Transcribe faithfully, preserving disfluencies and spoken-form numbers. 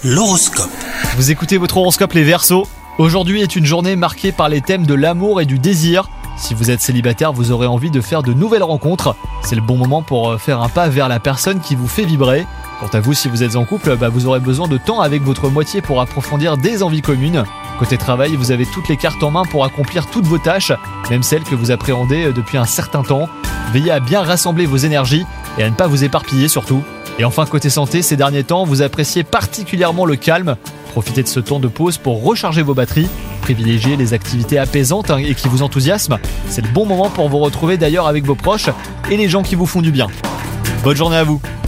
L'horoscope. Vous écoutez votre horoscope les Verseaux. Aujourd'hui est une journée marquée par les thèmes de l'amour et du désir. Si vous êtes célibataire, vous aurez envie de faire de nouvelles rencontres. C'est le bon moment pour faire un pas vers la personne qui vous fait vibrer. Quant à vous, si vous êtes en couple, bah vous aurez besoin de temps avec votre moitié pour approfondir des envies communes. Côté travail, vous avez toutes les cartes en main pour accomplir toutes vos tâches, même celles que vous appréhendez depuis un certain temps. Veillez à bien rassembler vos énergies et à ne pas vous éparpiller surtout. Et enfin, côté santé, ces derniers temps, vous appréciez particulièrement le calme. Profitez de ce temps de pause pour recharger vos batteries. Privilégiez les activités apaisantes et qui vous enthousiasment. C'est le bon moment pour vous retrouver d'ailleurs avec vos proches et les gens qui vous font du bien. Bonne journée à vous!